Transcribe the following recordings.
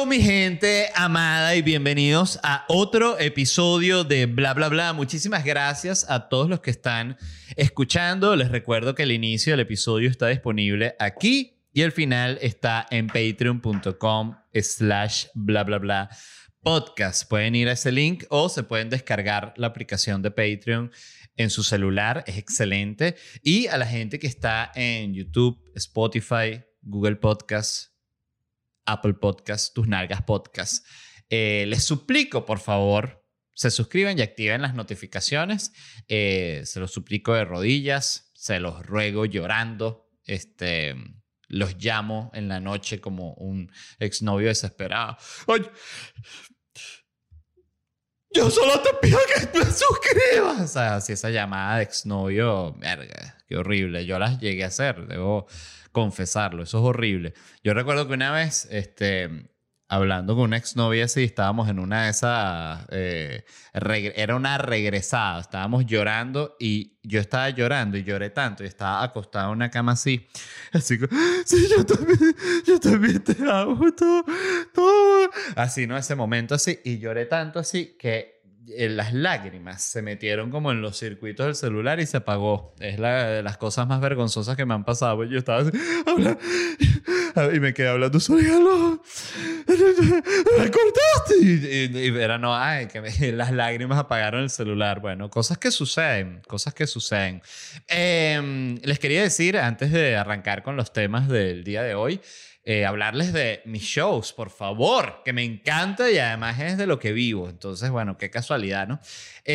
mi gente amada y bienvenidos a otro episodio de Bla Bla Bla. Muchísimas gracias a todos los que están escuchando. Les recuerdo que el inicio del episodio está disponible aquí y el final está en patreon.com/bla bla bla podcast. Pueden ir a ese link o se pueden descargar la aplicación de Patreon en su celular. Es excelente. Y a la gente que está en YouTube, Spotify, Google Podcasts, Apple Podcasts, Tus Nalgas Podcasts, les suplico, por favor, se suscriban y activen las notificaciones. Se los suplico de rodillas, se los ruego llorando. Los llamo en la noche como un exnovio desesperado. Oye, yo solo te pido que te suscribas. O sea, si esa llamada de exnovio, verga, qué horrible. Yo las llegué a hacer, debo confesarlo, eso es horrible. Yo recuerdo que una vez, hablando con una exnovia así, estábamos en una de esas, era una regresada, estábamos llorando y yo estaba llorando y lloré tanto y estaba acostado en una cama así como, sí, yo también te amo, todo. Así, ¿no? Ese momento así, y lloré tanto así que las lágrimas se metieron como en los circuitos del celular y se apagó. Es de las cosas más vergonzosas que me han pasado. Yo estaba así, y me quedé hablando solo y no, me cortaste. Y era no, ay, las lágrimas apagaron el celular. Bueno, cosas que suceden. Les quería decir, antes de arrancar con los temas del día de hoy, hablarles de mis shows, por favor, que me encanta y además es de lo que vivo. Entonces, bueno, qué casualidad, ¿no?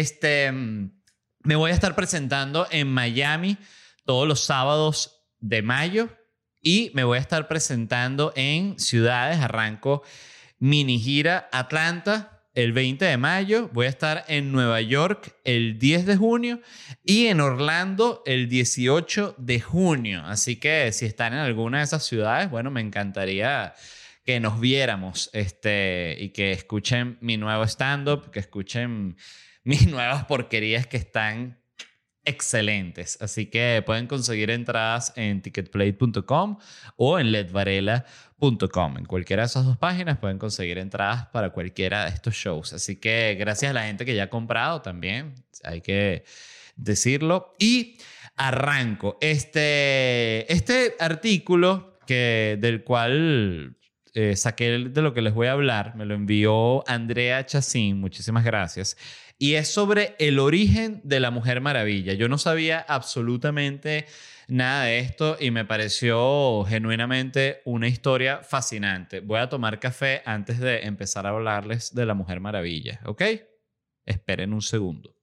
Me voy a estar presentando en Miami todos los sábados de mayo y me voy a estar presentando en ciudades. Arranco mini gira Atlanta el 20 de mayo, voy a estar en Nueva York el 10 de junio y en Orlando el 18 de junio. Así que si están en alguna de esas ciudades, bueno, me encantaría que nos viéramos y que escuchen mi nuevo stand-up, que escuchen mis nuevas porquerías que están excelentes. Así que pueden conseguir entradas en ticketplate.com o en ledvarela.com. En cualquiera de esas dos páginas pueden conseguir entradas para cualquiera de estos shows. Así que gracias a la gente que ya ha comprado también, hay que decirlo. Y arranco. Este artículo del cual saqué de lo que les voy a hablar, me lo envió Andrea Chacín, muchísimas gracias, y es sobre el origen de la Mujer Maravilla. Yo no sabía absolutamente nada de esto y me pareció genuinamente una historia fascinante. Voy a tomar café antes de empezar a hablarles de la Mujer Maravilla, ¿ok? Esperen un segundo.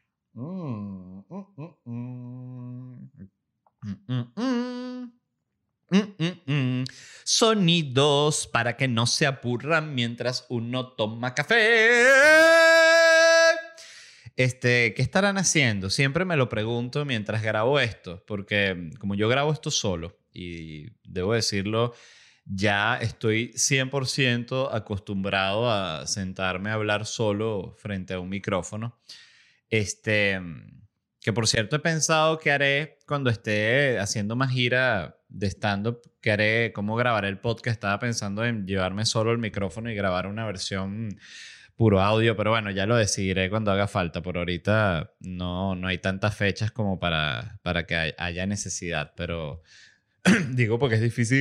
Sonidos para que no se aburran mientras uno toma café. ¿Qué estarán haciendo? Siempre me lo pregunto mientras grabo esto, porque como yo grabo esto solo, y debo decirlo, ya estoy 100% acostumbrado a sentarme a hablar solo frente a un micrófono. Que por cierto he pensado qué haré cuando esté haciendo más gira de stand-up, qué haré, cómo grabaré el podcast. Estaba pensando en llevarme solo el micrófono y grabar una versión puro audio, pero bueno, ya lo decidiré cuando haga falta. Por ahorita no hay tantas fechas como para que haya necesidad, pero digo porque es difícil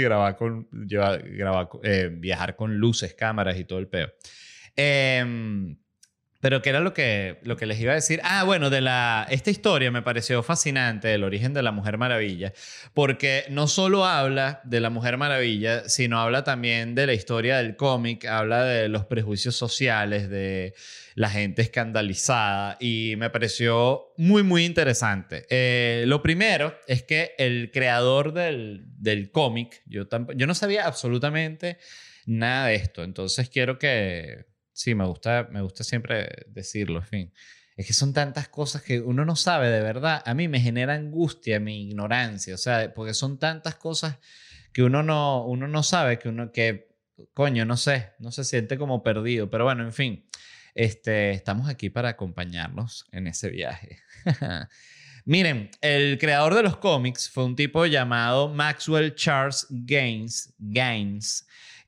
viajar con luces, cámaras y todo el peo. Pero ¿qué era lo que les iba a decir? Ah, bueno, esta historia me pareció fascinante, del origen de la Mujer Maravilla, porque no solo habla de la Mujer Maravilla, sino habla también de la historia del cómic, habla de los prejuicios sociales, de la gente escandalizada, y me pareció muy, muy interesante. Lo primero es que el creador del cómic, yo no sabía absolutamente nada de esto, entonces quiero que... Sí, me gusta siempre decirlo, en fin. Es que son tantas cosas que uno no sabe de verdad. A mí me genera angustia mi ignorancia, o sea, porque son tantas cosas que uno no sabe, coño, no sé, no se siente como perdido. Pero bueno, en fin, estamos aquí para acompañarnos en ese viaje. Miren, el creador de los cómics fue un tipo llamado Maxwell Charles Gaines,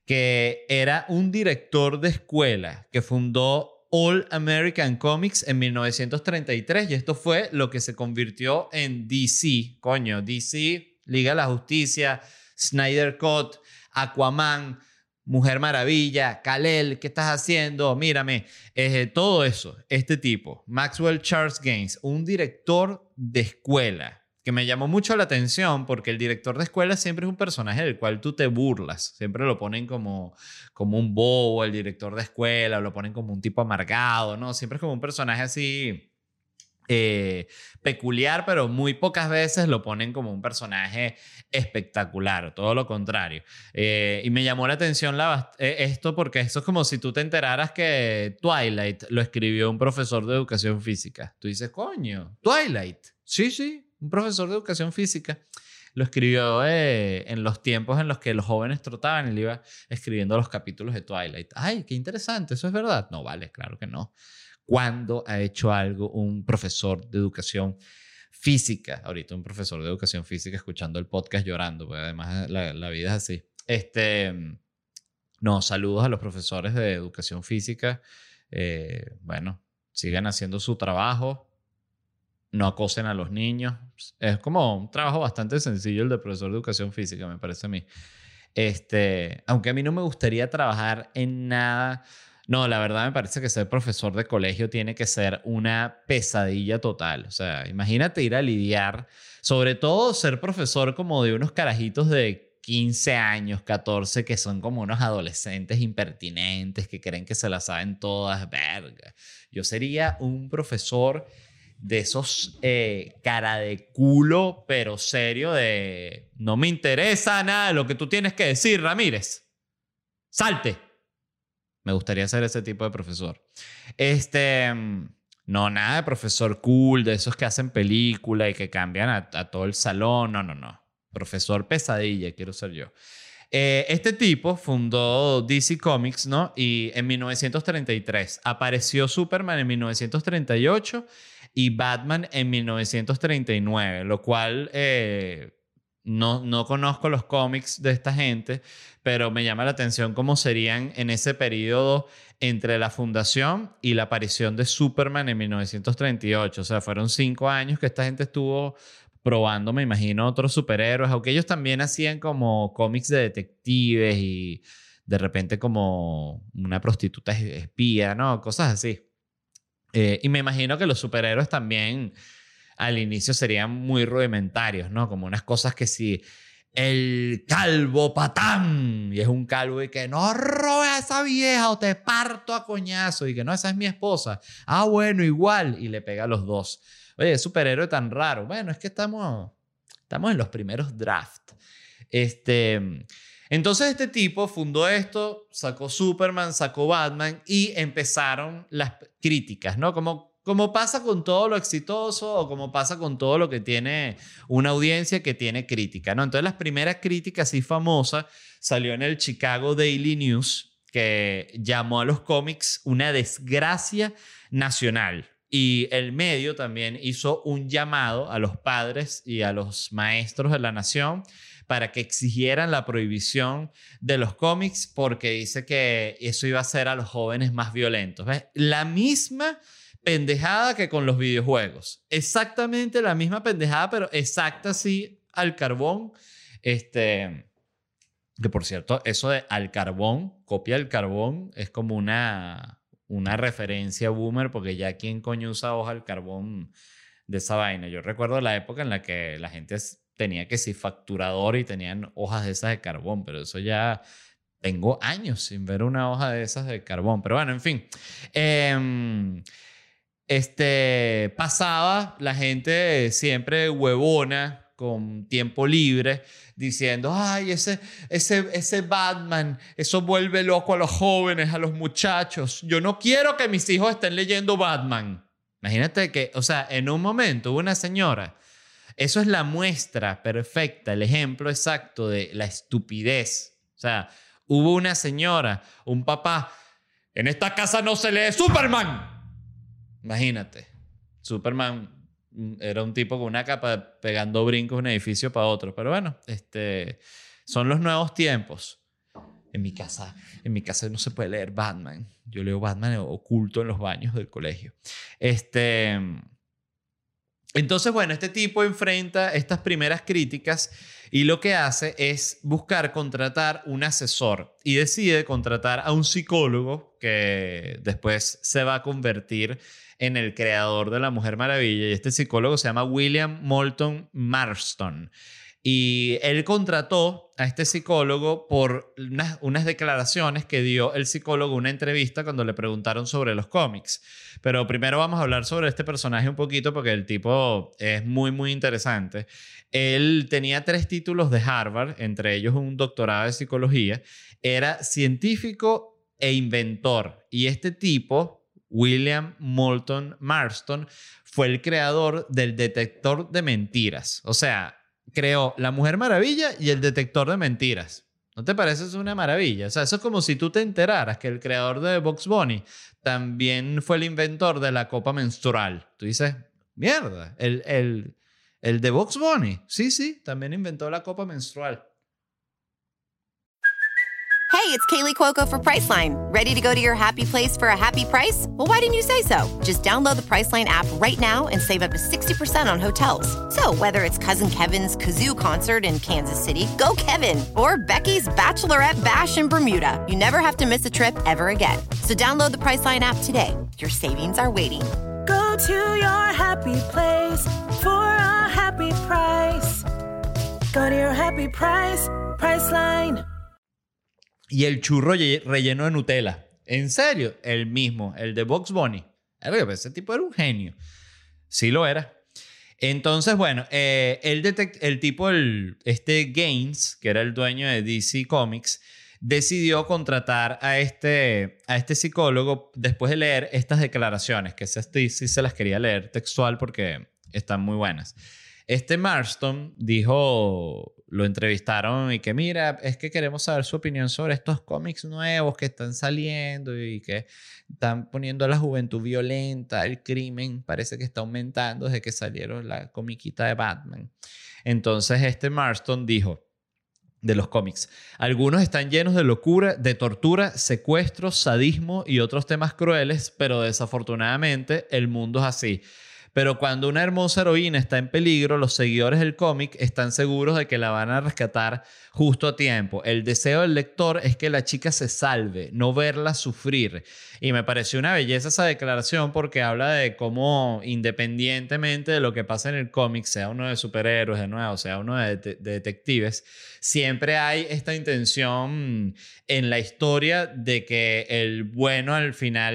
que era un director de escuela que fundó All American Comics en 1933 y esto fue lo que se convirtió en DC. Coño, DC, Liga de la Justicia, Snyder Cut, Aquaman, Mujer Maravilla, Kal-El, ¿qué estás haciendo? Mírame. Todo eso, este tipo, Maxwell Charles Gaines, un director de escuela que me llamó mucho la atención porque el director de escuela siempre es un personaje del cual tú te burlas. Siempre lo ponen como un bobo, el director de escuela, o lo ponen como un tipo amargado, ¿no? Siempre es como un personaje así peculiar, pero muy pocas veces lo ponen como un personaje espectacular, todo lo contrario. Y me llamó la atención esto porque eso es como si tú te enteraras que Twilight lo escribió un profesor de educación física. Tú dices, coño, Twilight. Sí, sí, un profesor de educación física. Lo escribió en los tiempos en los que los jóvenes trotaban y le iba escribiendo los capítulos de Twilight. Ay, qué interesante, ¿eso es verdad? No, vale, claro que no. ¿Cuándo ha hecho algo un profesor de educación física? Ahorita un profesor de educación física escuchando el podcast llorando, porque además la vida es así. No, saludos a los profesores de educación física. Bueno, sigan haciendo su trabajo. No acosen a los niños. Es como un trabajo bastante sencillo el de profesor de educación física, me parece a mí. Aunque a mí no me gustaría trabajar en nada. No, la verdad me parece que ser profesor de colegio tiene que ser una pesadilla total. O sea, imagínate ir a lidiar, sobre todo ser profesor como de unos carajitos de 15 años, 14, que son como unos adolescentes impertinentes que creen que se las saben todas. Verga. Yo sería un profesor de esos cara de culo, pero serio, de no me interesa nada de lo que tú tienes que decir, Ramírez. Salte. Me gustaría ser ese tipo de profesor. No, nada de profesor cool, de esos que hacen película y que cambian a todo el salón. No, no, no. Profesor pesadilla, quiero ser yo. Este tipo fundó DC Comics, ¿no? Y en 1933 apareció Superman en 1938 y Batman en 1939, lo cual no conozco los cómics de esta gente, pero me llama la atención cómo serían en ese periodo entre la fundación y la aparición de Superman en 1938. O sea, fueron 5 años que esta gente estuvo probando, me imagino, otros superhéroes, aunque ellos también hacían como cómics de detectives y de repente como una prostituta espía, ¿no? Cosas así. Y me imagino que los superhéroes también al inicio serían muy rudimentarios, ¿no? Como unas cosas que si el calvo patán, y es un calvo y que no robe a esa vieja o te parto a coñazo, y que no, esa es mi esposa. Ah, bueno, igual, y le pega a los dos. Oye, es superhéroe tan raro. Bueno, es que estamos en los primeros drafts. Entonces este tipo fundó esto, sacó Superman, sacó Batman y empezaron las críticas, ¿no? Como pasa con todo lo exitoso o como pasa con todo lo que tiene una audiencia que tiene crítica, ¿no? Entonces las primeras críticas así famosas salió en el Chicago Daily News, que llamó a los cómics una desgracia nacional. Y el medio también hizo un llamado a los padres y a los maestros de la nación para que exigieran la prohibición de los cómics porque dice que eso iba a hacer a los jóvenes más violentos. ¿Ves? La misma pendejada que con los videojuegos. Exactamente la misma pendejada, pero exacta así al carbón. Que por cierto, eso de al carbón, copia del carbón, es como una referencia boomer porque ya quién coño usa hoja al carbón de esa vaina. Yo recuerdo la época en la que la gente tenía que ser facturador y tenían hojas de esas de carbón, pero eso ya tengo años sin ver una hoja de esas de carbón. Pero bueno, en fin. Pasaba la gente siempre huevona con tiempo libre diciendo, ay, ese Batman, eso vuelve loco a los jóvenes, a los muchachos. Yo no quiero que mis hijos estén leyendo Batman. Imagínate que, o sea, en un momento hubo una señora. Eso es la muestra perfecta, el ejemplo exacto de la estupidez. O sea, hubo una señora, un papá, en esta casa no se lee Superman. Imagínate, Superman era un tipo con una capa pegando brincos de un edificio para otro. Pero bueno, son los nuevos tiempos. En mi casa no se puede leer Batman. Yo leo Batman oculto en los baños del colegio. Entonces, bueno, este tipo enfrenta estas primeras críticas y lo que hace es buscar contratar un asesor y decide contratar a un psicólogo que después se va a convertir en el creador de la Mujer Maravilla. Y este psicólogo se llama William Moulton Marston. Y él contrató a este psicólogo por unas declaraciones que dio el psicólogo en una entrevista cuando le preguntaron sobre los cómics. Pero primero vamos a hablar sobre este personaje un poquito porque el tipo es muy, muy interesante. Él tenía 3 títulos de Harvard, entre ellos un doctorado de psicología. Era científico e inventor. Y este tipo, William Moulton Marston, fue el creador del detector de mentiras. O sea, creó la Mujer Maravilla y el detector de mentiras. ¿No te parece eso una maravilla? O sea, eso es como si tú te enteraras que el creador de Bugs Bunny también fue el inventor de la copa menstrual. Tú dices, mierda, el de Bugs Bunny. Sí, sí, también inventó la copa menstrual. Hey, it's Kaylee Cuoco for Priceline. Ready to go to your happy place for a happy price? Well, why didn't you say so? Just download the Priceline app right now and save up to 60% on hotels. So whether it's Cousin Kevin's Kazoo Concert in Kansas City, go Kevin, or Becky's Bachelorette Bash in Bermuda, you never have to miss a trip ever again. So download the Priceline app today. Your savings are waiting. Go to your happy place for a happy price. Go to your happy price, Priceline. Y el churro relleno de Nutella. ¿En serio? El mismo, el de Bugs Bunny. Ese tipo era un genio. Sí lo era. Entonces, bueno, el tipo, este Gaines, que era el dueño de DC Comics, decidió contratar a este psicólogo después de leer estas declaraciones, que sí se las quería leer textual porque están muy buenas. Este Marston dijo, lo entrevistaron y que mira, es que queremos saber su opinión sobre estos cómics nuevos que están saliendo y que están poniendo a la juventud violenta, el crimen parece que está aumentando desde que salieron la comiquita de Batman. Entonces este Marston dijo de los cómics, algunos están llenos de locura, de tortura, secuestros, sadismo y otros temas crueles, pero desafortunadamente el mundo es así. Pero cuando una hermosa heroína está en peligro, los seguidores del cómic están seguros de que la van a rescatar justo a tiempo. El deseo del lector es que la chica se salve, no verla sufrir. Y me pareció una belleza esa declaración porque habla de cómo, independientemente de lo que pasa en el cómic, sea uno de superhéroes de nuevo, sea uno de detectives, siempre hay esta intención en la historia de que el bueno al final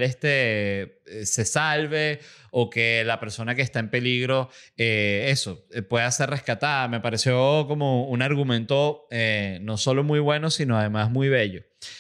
se salve o que la persona que está en peligro pueda ser rescatada. Me pareció como un argumento no solo muy bueno, sino además muy bello.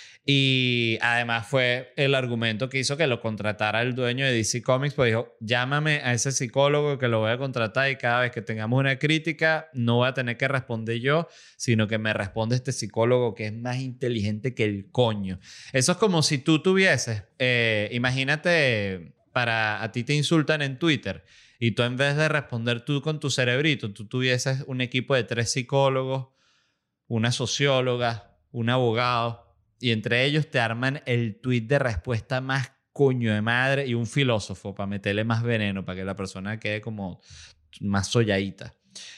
Y además fue el argumento que hizo que lo contratara el dueño de DC Comics, pues dijo, llámame a ese psicólogo que lo voy a contratar y cada vez que tengamos una crítica no voy a tener que responder yo, sino que me responde este psicólogo que es más inteligente que el coño. Eso es como si tú tuvieses, imagínate, a ti te insultan en Twitter y tú en vez de responder tú con tu cerebrito, tú tuvieses un equipo de 3 psicólogos, una socióloga, un abogado, y entre ellos te arman el tweet de respuesta más coño de madre y un filósofo para meterle más veneno, para que la persona quede como más solladita.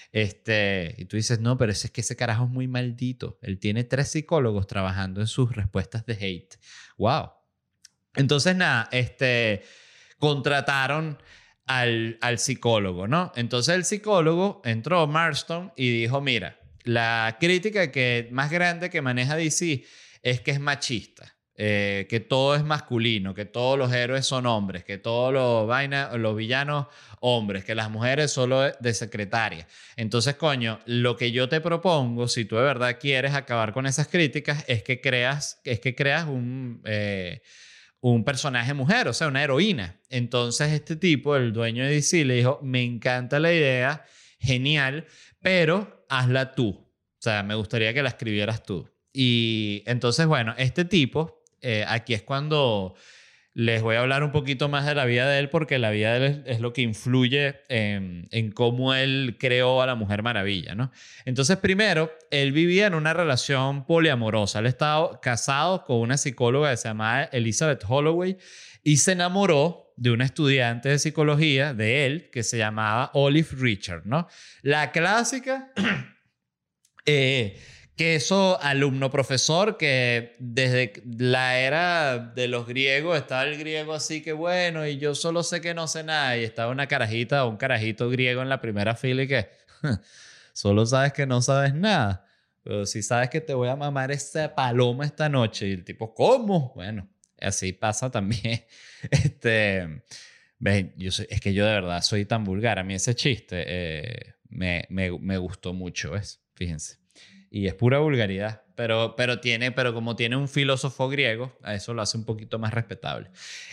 Y tú dices, no, pero es que ese carajo es muy maldito. Él tiene 3 psicólogos trabajando en sus respuestas de hate. ¡Wow! Entonces, nada, contrataron al psicólogo, ¿no? Entonces el psicólogo entró, Marston, y dijo, mira, la crítica más grande que maneja DC es que es machista, que todo es masculino, que todos los héroes son hombres, que todos los villanos hombres, que las mujeres solo de secretaria. Entonces, coño, lo que yo te propongo, si tú de verdad quieres acabar con esas críticas, es que creas un personaje mujer, o sea, una heroína. Entonces este tipo, el dueño de DC, le dijo, me encanta la idea, genial, pero hazla tú. O sea, me gustaría que la escribieras tú. Y entonces, bueno, este tipo, aquí es cuando les voy a hablar un poquito más de la vida de él porque la vida de él es lo que influye en cómo él creó a la Mujer Maravilla, ¿no? Entonces, primero, él vivía en una relación poliamorosa. Él estaba casado con una psicóloga que se llamaba Elizabeth Holloway y se enamoró de una estudiante de psicología de él que se llamaba Olive Richard, ¿no? La clásica... que eso, alumno-profesor, que desde la era de los griegos estaba el griego así que bueno, y yo solo sé que no sé nada, y estaba una carajita o un carajito griego en la primera fila y que solo sabes que no sabes nada, pero si sabes que te voy a mamar esta paloma esta noche, y el tipo, ¿cómo? Bueno, así pasa también. Ven, es que yo de verdad soy tan vulgar, a mí ese chiste me gustó mucho, ¿ves? Fíjense. Y es pura vulgaridad, pero como tiene un filósofo griego, a eso lo hace un poquito más respetable.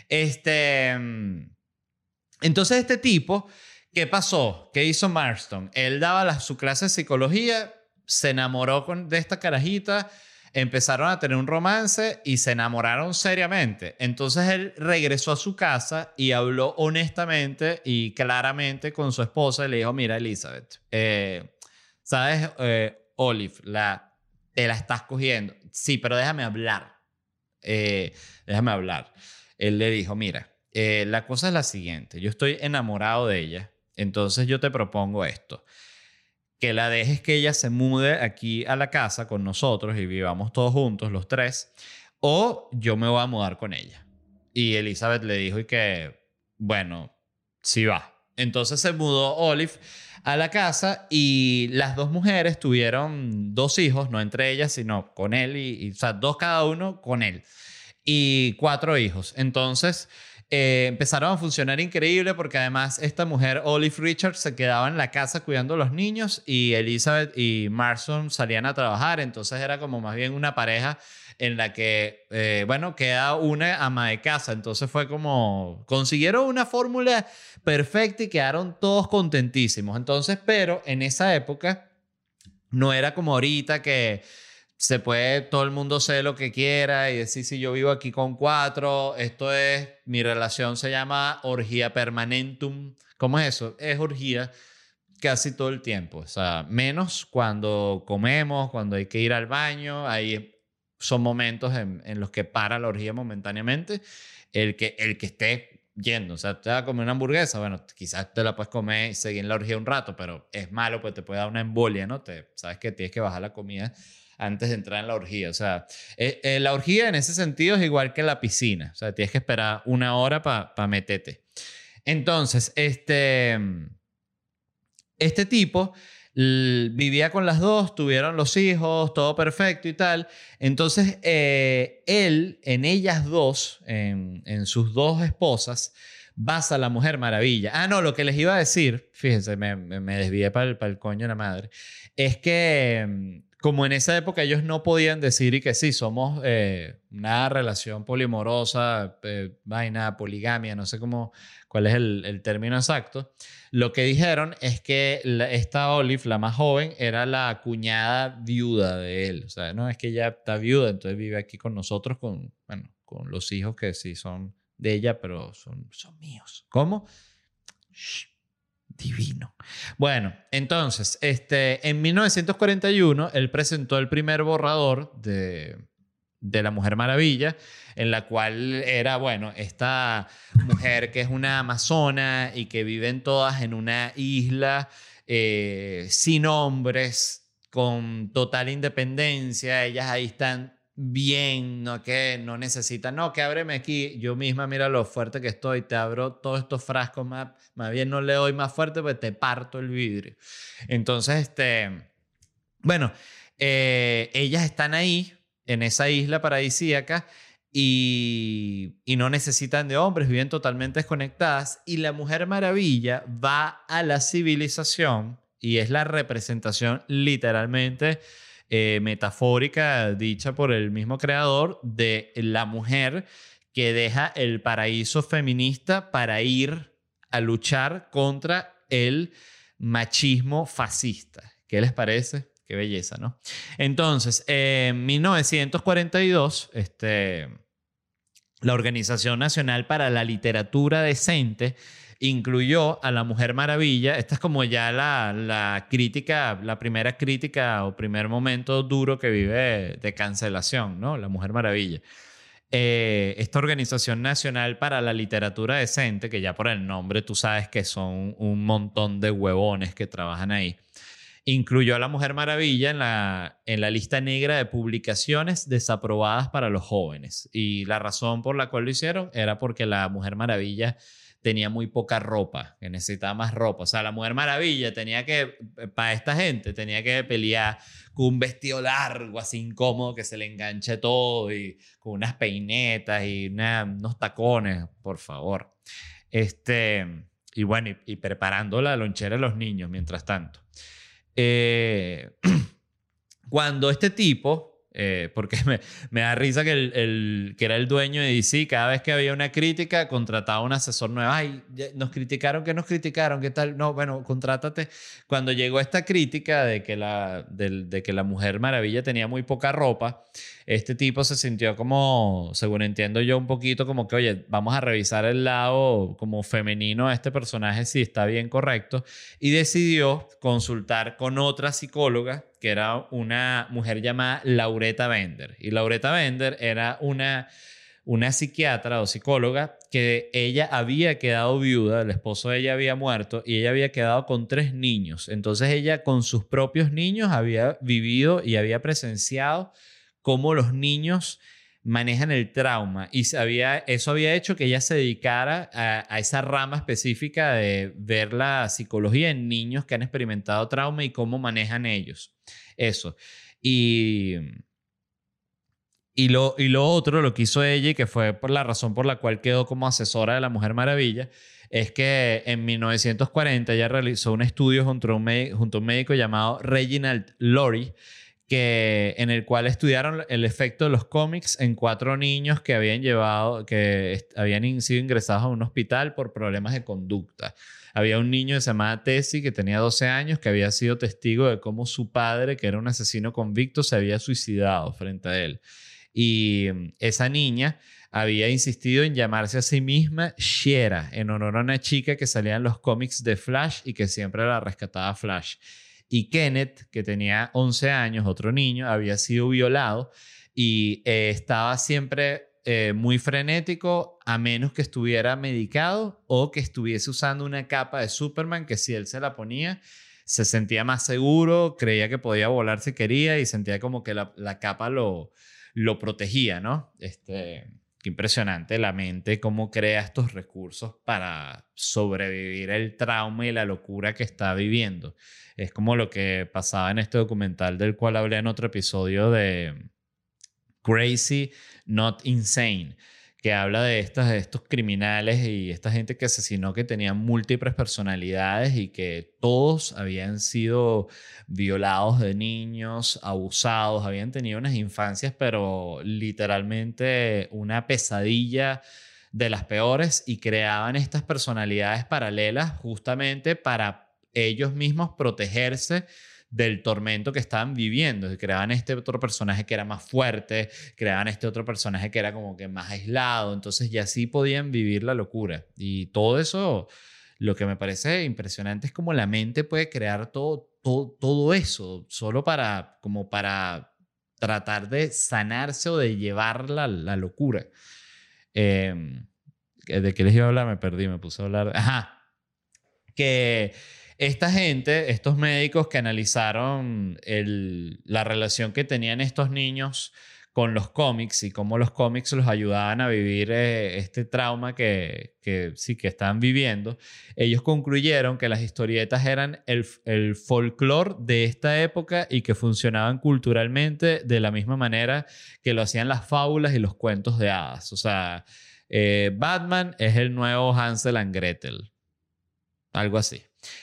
Entonces este tipo, ¿qué pasó? ¿Qué hizo Marston? Él daba su clase de psicología, se enamoró de esta carajita, empezaron a tener un romance y se enamoraron seriamente. Entonces él regresó a su casa y habló honestamente y claramente con su esposa y le dijo, mira, Elizabeth, ¿sabes? Olive, te la estás cogiendo. Sí, pero déjame hablar. Déjame hablar. Él le dijo, mira, la cosa es la siguiente. Yo estoy enamorado de ella. Entonces yo te propongo esto. Que la dejes que ella se mude aquí a la casa con nosotros y vivamos todos juntos, los tres. O yo me voy a mudar con ella. Y Elizabeth le dijo y que, bueno, sí va. Entonces se mudó Olive a la casa y las dos mujeres tuvieron 2 hijos, no entre ellas, sino con él, o sea, 2 cada uno con él, y 4 hijos. Entonces empezaron a funcionar increíble porque además esta mujer, Olive Richards, se quedaba en la casa cuidando a los niños y Elizabeth y Marston salían a trabajar. Entonces era como más bien una pareja en la que, bueno, queda una ama de casa. Entonces fue como, consiguieron una fórmula perfecta y quedaron todos contentísimos. Entonces, pero en esa época no era como ahorita que se puede, todo el mundo sé lo que quiera y decir, si yo vivo aquí con 4, esto es, mi relación se llama orgía permanentum. ¿Cómo es eso? Es orgía casi todo el tiempo. O sea, menos cuando comemos, cuando hay que ir al baño, ahí son momentos en los que para la orgía momentáneamente. El que esté yendo, o sea, te va a comer una hamburguesa, bueno, quizás te la puedes comer y seguir en la orgía un rato, pero es malo, pues te puede dar una embolia, ¿no? Sabes que tienes que bajar la comida antes de entrar en la orgía. O sea, la orgía en ese sentido es igual que la piscina. O sea, tienes que esperar 1 hora para meterte. Entonces, este tipo vivía con las 2, tuvieron los hijos, todo perfecto y tal. Entonces, él, en ellas 2, en sus 2 esposas, basa la Mujer Maravilla. Ah, no, lo que les iba a decir, fíjense, me desvié para el coño de la madre, es que como en esa época ellos no podían decir y que sí, somos una relación polimorosa, vaina, poligamia, no sé cuál es el término exacto. Lo que dijeron es que esta Olive, la más joven, era la cuñada viuda de él. O sea, no es que ella está viuda, entonces vive aquí con nosotros, con los hijos que sí son de ella, pero son míos. ¿Cómo? Shh. Divino. Bueno, entonces, en 1941, él presentó el primer borrador de la Mujer Maravilla, en la cual era, bueno, esta mujer que es una amazona y que viven todas en una isla sin hombres, con total independencia. Ellas ahí están bien, no que no necesitan, no, que ábreme aquí, yo misma mira lo fuerte que estoy, te abro todos estos frascos, más bien no le doy más fuerte, pues te parto el vidrio. Entonces, bueno, ellas están ahí, en esa isla paradisíaca, y no necesitan de hombres, viven totalmente desconectadas, y la Mujer Maravilla va a la civilización y es la representación literalmente metafórica dicha por el mismo creador de la mujer que deja el paraíso feminista para ir a luchar contra el machismo fascista. ¿Qué les parece? Qué belleza, ¿no? Entonces, en 1942, la Organización Nacional para la Literatura Decente incluyó a la Mujer Maravilla. Esta es como ya la crítica, la primera crítica o primer momento duro que vive de cancelación, ¿no? La Mujer Maravilla. Esta Organización Nacional para la Literatura Decente, que ya por el nombre tú sabes que son un montón de huevones que trabajan ahí, incluyó a la Mujer Maravilla en la lista negra de publicaciones desaprobadas para los jóvenes. Y la razón por la cual lo hicieron era porque la Mujer Maravilla tenía muy poca ropa, que necesitaba más ropa. O sea, la Mujer Maravilla para esta gente, tenía que pelear con un vestido largo, así incómodo, que se le enganche todo, y con unas peinetas y unos tacones, por favor. Y bueno, y preparando la lonchera de los niños mientras tanto. Cuando este tipo, porque me da risa que que era el dueño de DC, cada vez que había una crítica contrataba un asesor nuevo. Ay, nos criticaron, ¿qué tal? No, bueno, contrátate. Cuando llegó esta crítica de que la Mujer Maravilla tenía muy poca ropa, este tipo se sintió como, según entiendo yo, un poquito como que, oye, vamos a revisar el lado como femenino de este personaje, si está bien correcto, y decidió consultar con otra psicóloga, que era una mujer llamada Lauretta Bender. Y Lauretta Bender era una psiquiatra o psicóloga que ella había quedado viuda, el esposo de ella había muerto y ella había quedado con 3 niños. Entonces ella con sus propios niños había vivido y había presenciado cómo los niños manejan el trauma, y eso había hecho que ella se dedicara a esa rama específica de ver la psicología en niños que han experimentado trauma y cómo manejan ellos eso. Y lo otro, lo que hizo ella, y que fue por la razón por la cual quedó como asesora de la Mujer Maravilla, es que en 1940 ella realizó un estudio junto a un médico llamado Reginald Laurie, en el cual estudiaron el efecto de los cómics en 4 niños que habían sido ingresados a un hospital por problemas de conducta. Había un niño que se llamaba Tessie, que tenía 12 años, que había sido testigo de cómo su padre, que era un asesino convicto, se había suicidado frente a él. Y esa niña había insistido en llamarse a sí misma Shiera, en honor a una chica que salía en los cómics de Flash y que siempre la rescataba Flash. Y Kenneth, que tenía 11 años, otro niño, había sido violado y estaba siempre muy frenético, a menos que estuviera medicado o que estuviese usando una capa de Superman, que si él se la ponía, se sentía más seguro, creía que podía volar si quería y sentía como que la capa lo protegía, ¿no? Qué impresionante la mente, cómo crea estos recursos para sobrevivir el trauma y la locura que está viviendo. Es como lo que pasaba en este documental del cual hablé en otro episodio de Crazy, Not Insane, que habla de estos criminales y esta gente que asesinó, que tenían múltiples personalidades y que todos habían sido violados de niños, abusados, habían tenido unas infancias, pero literalmente una pesadilla de las peores, y creaban estas personalidades paralelas justamente para ellos mismos protegerse del tormento que estaban viviendo. Creaban este otro personaje que era más fuerte, creaban este otro personaje que era como que más aislado, entonces ya sí podían vivir la locura. Y todo eso, lo que me parece impresionante es cómo la mente puede crear todo eso solo para tratar de sanarse o de llevar la locura. ¿De qué les iba a hablar? Me perdí, me puse a hablar. Ajá. Que esta gente, estos médicos que analizaron la relación que tenían estos niños con los cómics y cómo los cómics los ayudaban a vivir este trauma que estaban viviendo, ellos concluyeron que las historietas eran el folclore de esta época y que funcionaban culturalmente de la misma manera que lo hacían las fábulas y los cuentos de hadas. O sea, Batman es el nuevo Hansel and Gretel. Algo así.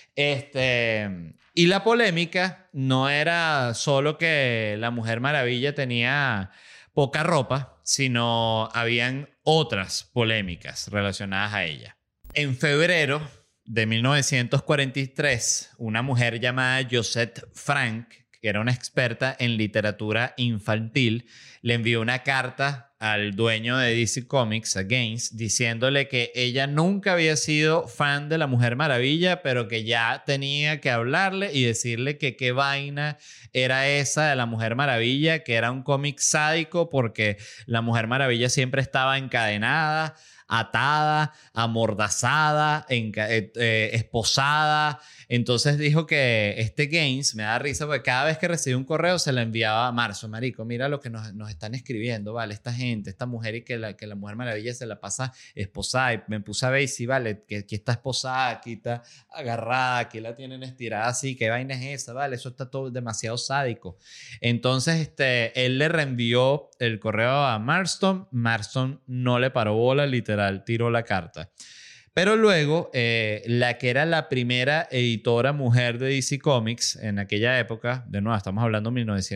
Y la polémica no era solo que la Mujer Maravilla tenía poca ropa, sino habían otras polémicas relacionadas a ella. En febrero de 1943, una mujer llamada Josette Frank, que era una experta en literatura infantil, le envió una carta al dueño de DC Comics, a Gaines, diciéndole que ella nunca había sido fan de la Mujer Maravilla, pero que ya tenía que hablarle y decirle que qué vaina era esa de la Mujer Maravilla, que era un cómic sádico porque la Mujer Maravilla siempre estaba encadenada, atada, amordazada, esposada. Entonces dijo que este Gaines, me da risa porque cada vez que recibía un correo se lo enviaba a Marzo. Marico, mira lo que nos están escribiendo, ¿vale? Esta gente, esta mujer, y que la Mujer Maravilla se la pasa esposada. Y me puse a ver y sí, ¿vale? Que aquí está esposada, aquí está agarrada, aquí la tienen estirada así. ¿Qué vaina es esa, vale? Eso está todo demasiado sádico. Entonces, él le reenvió el correo a Marston. Marston no le paró bola, literal, tiró la carta. Pero luego, la que era la primera editora mujer de DC Comics en aquella época, de nuevo, estamos hablando de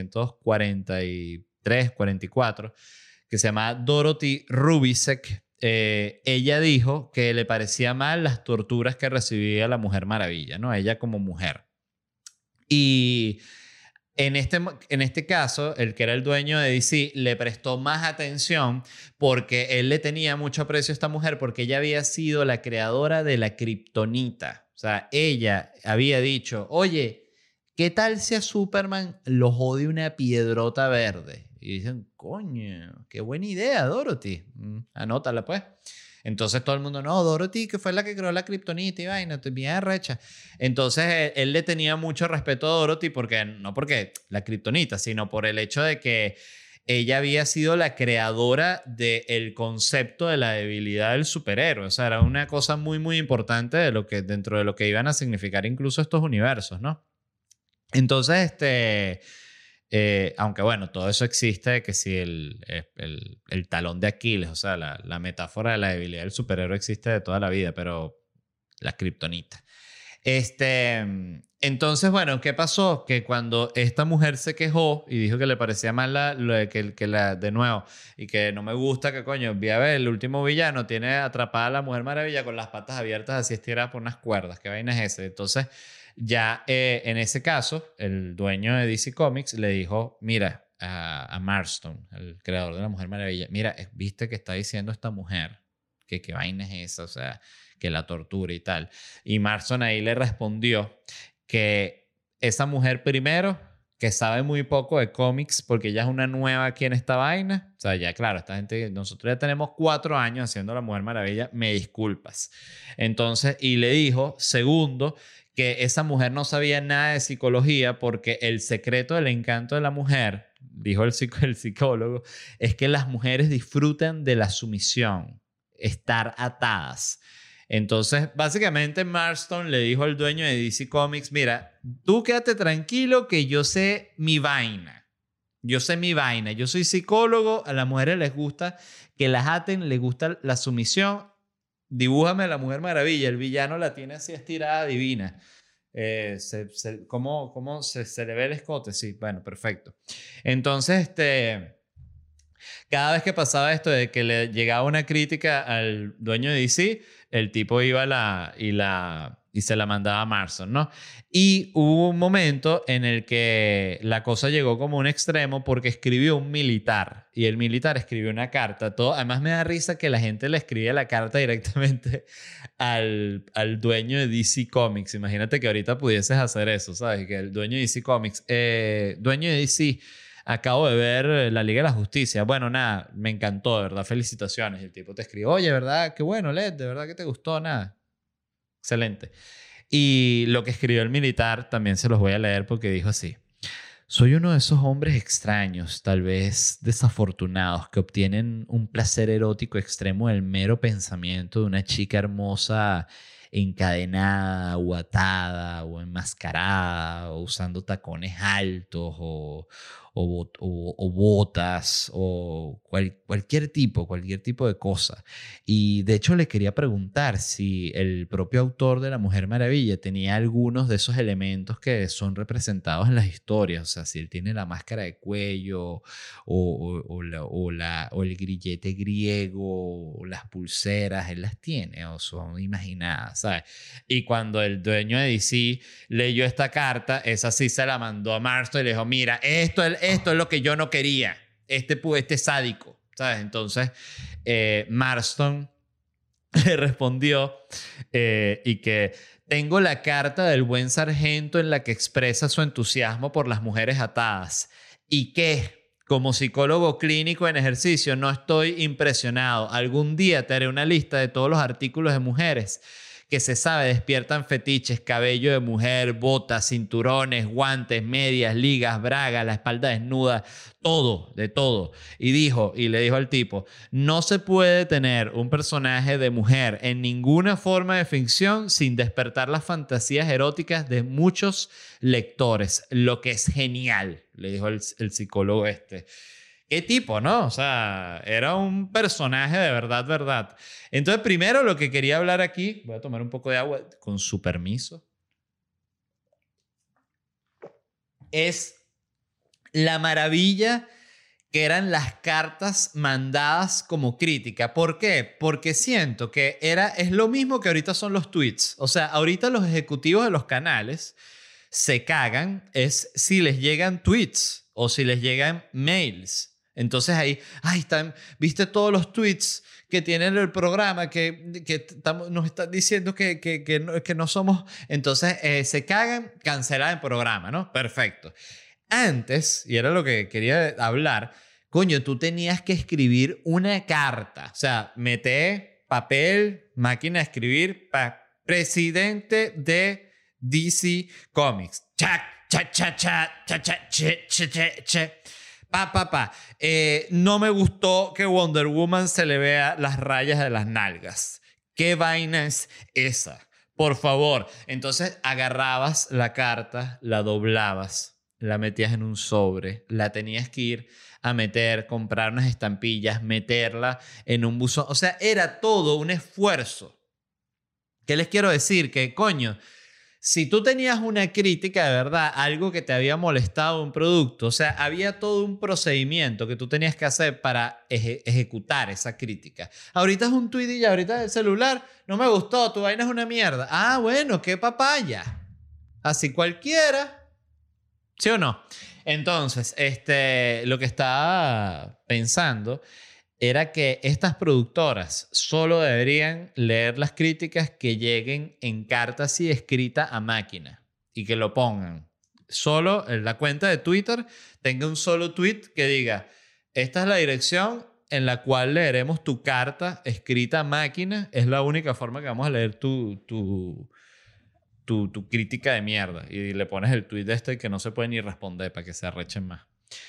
1943, 44, que se llama Dorothy Rubicek, ella dijo que le parecía mal las torturas que recibía la Mujer Maravilla, ¿no? Ella como mujer. Y en este caso, el que era el dueño de DC le prestó más atención porque él le tenía mucho aprecio a esta mujer porque ella había sido la creadora de la kriptonita. O sea, ella había dicho, oye, ¿qué tal si a Superman lo jode una piedrota verde? Y dicen, coño, qué buena idea, Dorothy. Anótala, pues. Entonces todo el mundo, no, Dorothy, que fue la que creó la kriptonita y vaina, estoy bien arrecha. Entonces él le tenía mucho respeto a Dorothy, no porque la kriptonita, sino por el hecho de que ella había sido la creadora del concepto de la debilidad del superhéroe. O sea, era una cosa muy, muy importante dentro de lo que iban a significar incluso estos universos, ¿no? Entonces, aunque bueno, todo eso existe, que si el talón de Aquiles, o sea, la metáfora de la debilidad del superhéroe existe de toda la vida, pero la kriptonita. Entonces, bueno, ¿qué pasó? Que cuando esta mujer se quejó y dijo que le parecía mal de nuevo, y que no me gusta, que coño, vi a ver, el último villano tiene atrapada a la Mujer Maravilla con las patas abiertas así estiradas por unas cuerdas, ¿qué vaina es ese? Entonces, ya en ese caso, el dueño de DC Comics le dijo, mira, a Marston, el creador de la Mujer Maravilla, mira, viste que está diciendo esta mujer que qué vaina es esa, o sea, que la tortura y tal. Y Marston ahí le respondió que esa mujer primero, que sabe muy poco de cómics porque ella es una nueva aquí en esta vaina. O sea, ya claro, esta gente, nosotros ya tenemos 4 años haciendo la Mujer Maravilla, me disculpas. Entonces, y le dijo, segundo, que esa mujer no sabía nada de psicología porque el secreto del encanto de la mujer, dijo el psicólogo, es que las mujeres disfrutan de la sumisión, estar atadas. Entonces, básicamente Marston le dijo al dueño de DC Comics, mira, tú quédate tranquilo que yo sé mi vaina. Yo sé mi vaina. Yo soy psicólogo, a las mujeres les gusta que las aten, les gusta la sumisión. Dibújame a la Mujer Maravilla. El villano la tiene así estirada, divina. ¿Cómo se le ve el escote? Sí, bueno, perfecto. Entonces, cada vez que pasaba esto de que le llegaba una crítica al dueño de DC, el tipo iba y se la mandaba a Marston, ¿no? Y hubo un momento en el que la cosa llegó como a un extremo porque escribió un militar y el militar escribió una carta. Además me da risa que la gente le escribía la carta directamente al dueño de DC Comics. Imagínate que ahorita pudieses hacer eso, ¿sabes? Que el dueño de DC Comics, dueño de DC, acabo de ver la Liga de la Justicia. Bueno, nada, me encantó, de verdad, felicitaciones. Y el tipo te escribe, oye, ¿verdad? Qué bueno, Led, de verdad que te gustó, nada. Excelente. Y lo que escribió el militar también se los voy a leer porque dijo así. Soy uno de esos hombres extraños, tal vez desafortunados, que obtienen un placer erótico extremo del mero pensamiento de una chica hermosa encadenada o atada o enmascarada o usando tacones altos o botas o cualquier tipo de cosa. Y de hecho le quería preguntar si el propio autor de La Mujer Maravilla tenía algunos de esos elementos que son representados en las historias. O sea, si él tiene la máscara de cuello o el grillete griego o las pulseras, él las tiene o son imaginadas, ¿sabes? Y cuando el dueño de DC leyó esta carta, esa sí se la mandó a Marston y le dijo, mira, esto es lo que yo no quería, este sádico, ¿sabes? Entonces, Marston le respondió y que tengo la carta del buen sargento en la que expresa su entusiasmo por las mujeres atadas. ¿Y qué? Como psicólogo clínico en ejercicio no estoy impresionado. Algún día te haré una lista de todos los artículos de mujeres que se sabe despiertan fetiches, cabello de mujer, botas, cinturones, guantes, medias, ligas, bragas, la espalda desnuda, todo, de todo. Y le dijo al tipo, no se puede tener un personaje de mujer en ninguna forma de ficción sin despertar las fantasías eróticas de muchos lectores, lo que es genial, le dijo el psicólogo este. ¿Qué tipo, no? O sea, era un personaje de verdad, verdad. Entonces, primero lo que quería hablar aquí, voy a tomar un poco de agua con su permiso, es la maravilla que eran las cartas mandadas como crítica. ¿Por qué? Porque siento que es lo mismo que ahorita son los tweets. O sea, ahorita los ejecutivos de los canales se cagan es si les llegan tweets o si les llegan mails. Entonces ahí, ¿viste todos los tweets que tienen el programa que nos están diciendo que no somos? Entonces se cagan, cancelan el programa, ¿no? Perfecto. Antes, y era lo que quería hablar, coño, tú tenías que escribir una carta. O sea, meter papel, máquina de escribir, presidente de DC Comics. No me gustó que Wonder Woman se le vea las rayas de las nalgas. ¿Qué vaina es esa? Por favor. Entonces agarrabas la carta, la doblabas, la metías en un sobre, la tenías que ir a meter, comprar unas estampillas, meterla en un buzón. O sea, era todo un esfuerzo. ¿Qué les quiero decir? Que, coño, si tú tenías una crítica de verdad, algo que te había molestado un producto, o sea, había todo un procedimiento que tú tenías que hacer para ejecutar esa crítica. Ahorita es un tweet y ya, ahorita es el celular, no me gustó, tu vaina es una mierda. Ah, bueno, qué papaya. Así cualquiera. ¿Sí o no? Entonces, lo que estaba pensando era que estas productoras solo deberían leer las críticas que lleguen en carta así escrita a máquina y que lo pongan. Solo en la cuenta de Twitter tenga un solo tweet que diga, esta es la dirección en la cual leeremos tu carta escrita a máquina. Es la única forma que vamos a leer tu crítica de mierda. Y le pones el tweet que no se puede ni responder para que se arrechen más.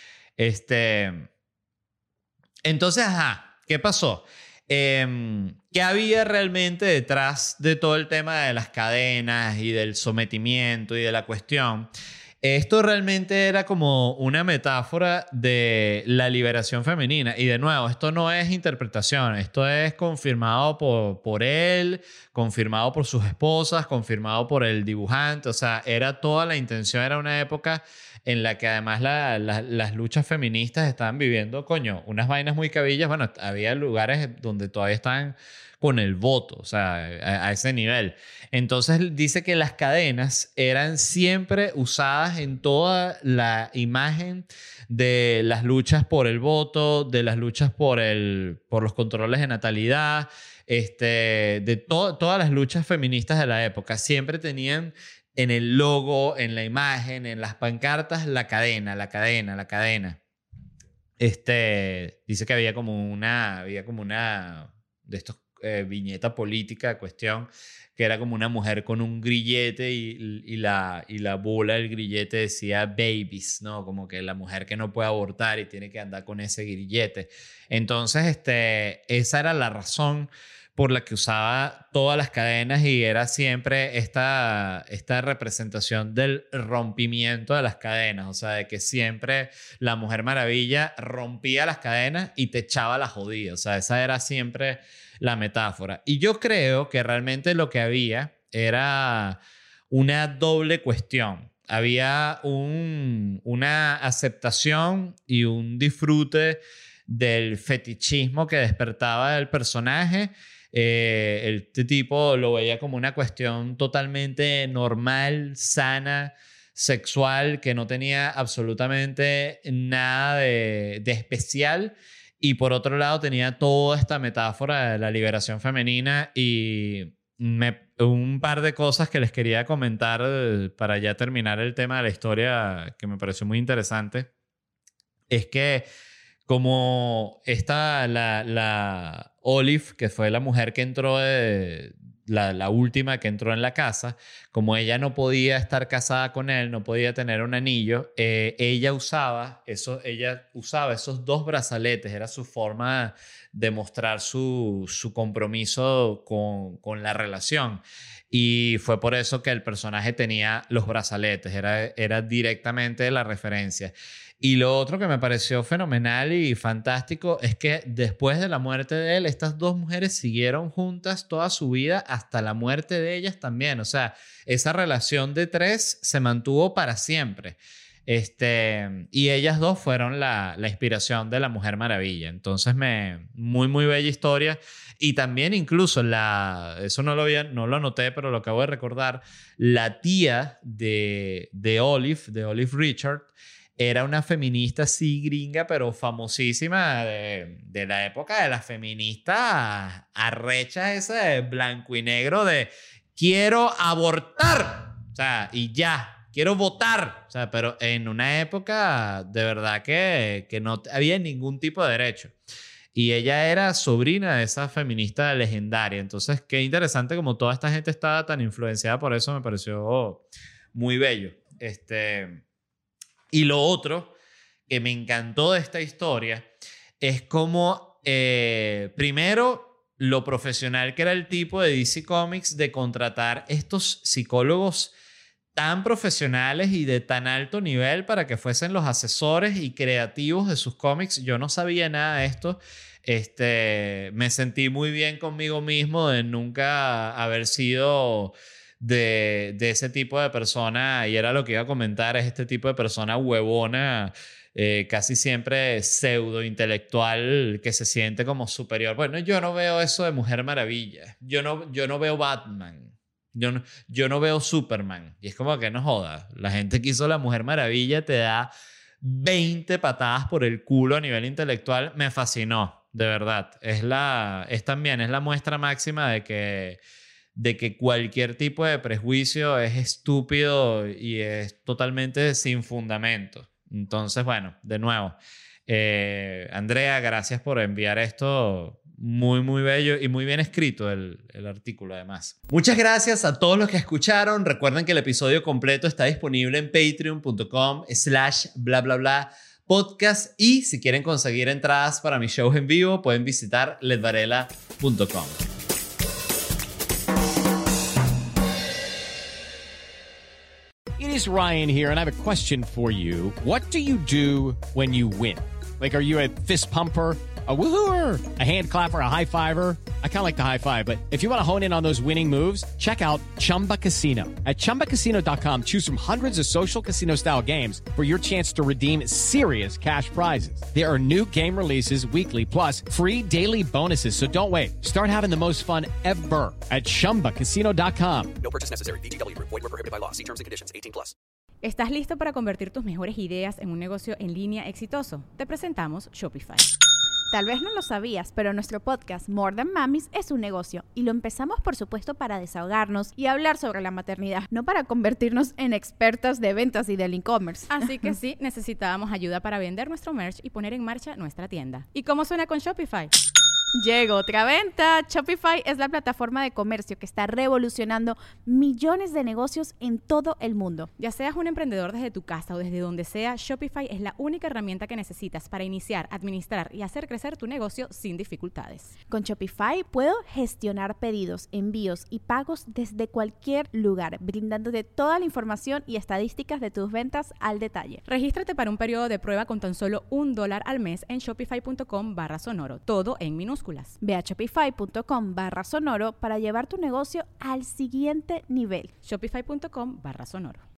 Entonces, ¿qué pasó? ¿Qué había realmente detrás de todo el tema de las cadenas y del sometimiento y de la cuestión? Esto realmente era como una metáfora de la liberación femenina. Y de nuevo, esto no es interpretación. Esto es confirmado por él, confirmado por sus esposas, confirmado por el dibujante. O sea, era toda la intención, era una época en la que además las luchas feministas estaban viviendo, coño, unas vainas muy cabillas. Bueno, había lugares donde todavía estaban con el voto, o sea, a ese nivel. Entonces dice que las cadenas eran siempre usadas en toda la imagen de las luchas por el voto, de las luchas por los controles de natalidad, de todas las luchas feministas de la época. Siempre tenían en el logo, en la imagen, en las pancartas, la cadena, la cadena, la cadena. Dice que había como una de estos viñeta política, cuestión, que era como una mujer con un grillete y la bola del grillete decía babies, ¿no? Como que la mujer que no puede abortar y tiene que andar con ese grillete. Entonces, esa era la razón por la que usaba todas las cadenas y era siempre esta representación del rompimiento de las cadenas. O sea, de que siempre la Mujer Maravilla rompía las cadenas y te echaba la jodida. O sea, esa era siempre la metáfora. Y yo creo que realmente lo que había era una doble cuestión. Había una aceptación y un disfrute del fetichismo que despertaba el personaje. Este tipo lo veía como una cuestión totalmente normal, sana, sexual, que no tenía absolutamente nada de especial. Y por otro lado tenía toda esta metáfora de la liberación femenina y un par de cosas que les quería comentar para ya terminar el tema de la historia que me pareció muy interesante. Es que como la Olive, que fue la mujer que entró, la última que entró en la casa, como ella no podía estar casada con él, no podía tener un anillo, ella usaba esos 2 brazaletes, era su forma de mostrar su compromiso con la relación. Y fue por eso que el personaje tenía los brazaletes, era directamente la referencia. Y lo otro que me pareció fenomenal y fantástico es que después de la muerte de él, estas 2 mujeres siguieron juntas toda su vida hasta la muerte de ellas también. O sea, esa relación de 3 se mantuvo para siempre. Y ellas 2 fueron la inspiración de la Mujer Maravilla. Entonces, muy, muy bella historia. Y también incluso, eso no lo anoté, pero lo acabo de recordar, la tía de Olive Richard, era una feminista así gringa, pero famosísima de la época de las feministas arrechas, esa de blanco y negro de quiero abortar, o sea, y ya, quiero votar, o sea, pero en una época de verdad que no había ningún tipo de derecho. Y ella era sobrina de esa feminista legendaria. Entonces, qué interesante como toda esta gente estaba tan influenciada por eso, me pareció muy bello. Y lo otro que me encantó de esta historia es como, primero, lo profesional que era el tipo de DC Comics de contratar estos psicólogos tan profesionales y de tan alto nivel para que fuesen los asesores y creativos de sus cómics. Yo no sabía nada de esto. Me sentí muy bien conmigo mismo de nunca haber sido de ese tipo de persona, y era lo que iba a comentar, es este tipo de persona huevona, casi siempre pseudo intelectual, que se siente como superior. Bueno, yo no veo eso de Mujer Maravilla, yo no veo Batman, yo no veo Superman, y es como que no joda, la gente que hizo la Mujer Maravilla te da 20 patadas por el culo a nivel intelectual. Me fascinó, de verdad. También es la muestra máxima de que cualquier tipo de prejuicio es estúpido y es totalmente sin fundamento. Entonces, bueno, de nuevo, Andrea, gracias por enviar esto. Muy, muy bello y muy bien escrito el artículo, además. Muchas gracias a todos los que escucharon. Recuerden que el episodio completo está disponible en patreon.com/bla podcast, y si quieren conseguir entradas para mis shows en vivo pueden visitar ledvarela.com. It is Ryan here, and I have a question for you. What do you do when you win? Like, are you a fist pumper, a woohooer, a hand clapper, a high fiver? I kind of like the high five, but if you want to hone in on those winning moves, check out Chumba Casino. At ChumbaCasino.com, choose from hundreds of social casino-style games for your chance to redeem serious cash prizes. There are new game releases weekly, plus free daily bonuses, so don't wait. Start having the most fun ever at ChumbaCasino.com. No purchase necessary. VGW Group. Void where prohibited by law. See terms and conditions. 18+. ¿Estás listo para convertir tus mejores ideas en un negocio en línea exitoso? Te presentamos Shopify. Tal vez no lo sabías, pero nuestro podcast More Than Mamis es un negocio, y lo empezamos, por supuesto, para desahogarnos y hablar sobre la maternidad, no para convertirnos en expertas de ventas y del e-commerce. Así que sí, necesitábamos ayuda para vender nuestro merch y poner en marcha nuestra tienda. ¿Y cómo suena con Shopify? Llegó otra venta. Shopify es la plataforma de comercio que está revolucionando millones de negocios en todo el mundo. Ya seas un emprendedor desde tu casa o desde donde sea, Shopify es la única herramienta que necesitas para iniciar, administrar y hacer crecer tu negocio sin dificultades. Con Shopify puedo gestionar pedidos, envíos y pagos desde cualquier lugar, brindándote toda la información y estadísticas de tus ventas al detalle. Regístrate para un periodo de prueba con tan solo $1 al mes en shopify.com/sonoro, todo en minúsculas. Ve a shopify.com/sonoro para llevar tu negocio al siguiente nivel. Shopify.com/sonoro.